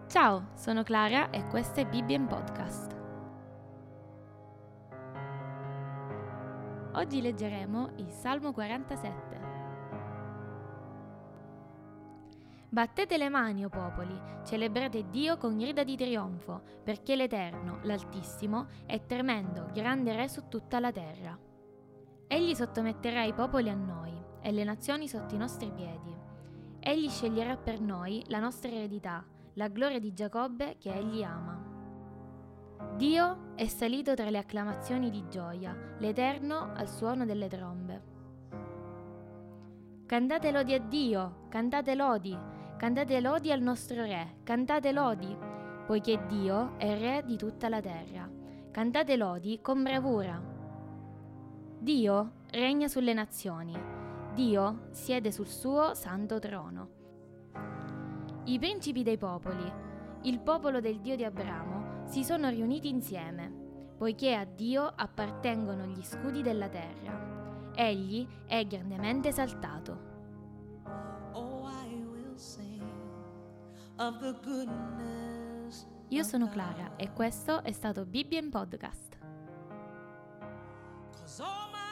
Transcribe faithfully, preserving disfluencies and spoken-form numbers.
Ciao, sono Clara e questo è Bibbia in Podcast. Oggi leggeremo il Salmo quarantasette. Battete le mani, o popoli, celebrate Dio con grida di trionfo, perché l'Eterno, l'Altissimo, è tremendo, grande Re su tutta la terra. Egli sottometterà i popoli a noi e le nazioni sotto i nostri piedi. Egli sceglierà per noi la nostra eredità, la gloria di Giacobbe che egli ama. Dio è salito tra le acclamazioni di gioia, l'Eterno al suono delle trombe. Cantate lodi a Dio, cantate lodi, cantate lodi al nostro Re, cantate lodi, poiché Dio è Re di tutta la terra. Cantate lodi con bravura. Dio regna sulle nazioni, Dio siede sul suo santo trono. I principi dei popoli, il popolo del Dio di Abramo, si sono riuniti insieme, poiché a Dio appartengono gli scudi della terra. Egli è grandemente esaltato. Io sono Clara e questo è stato Bibbia in Podcast.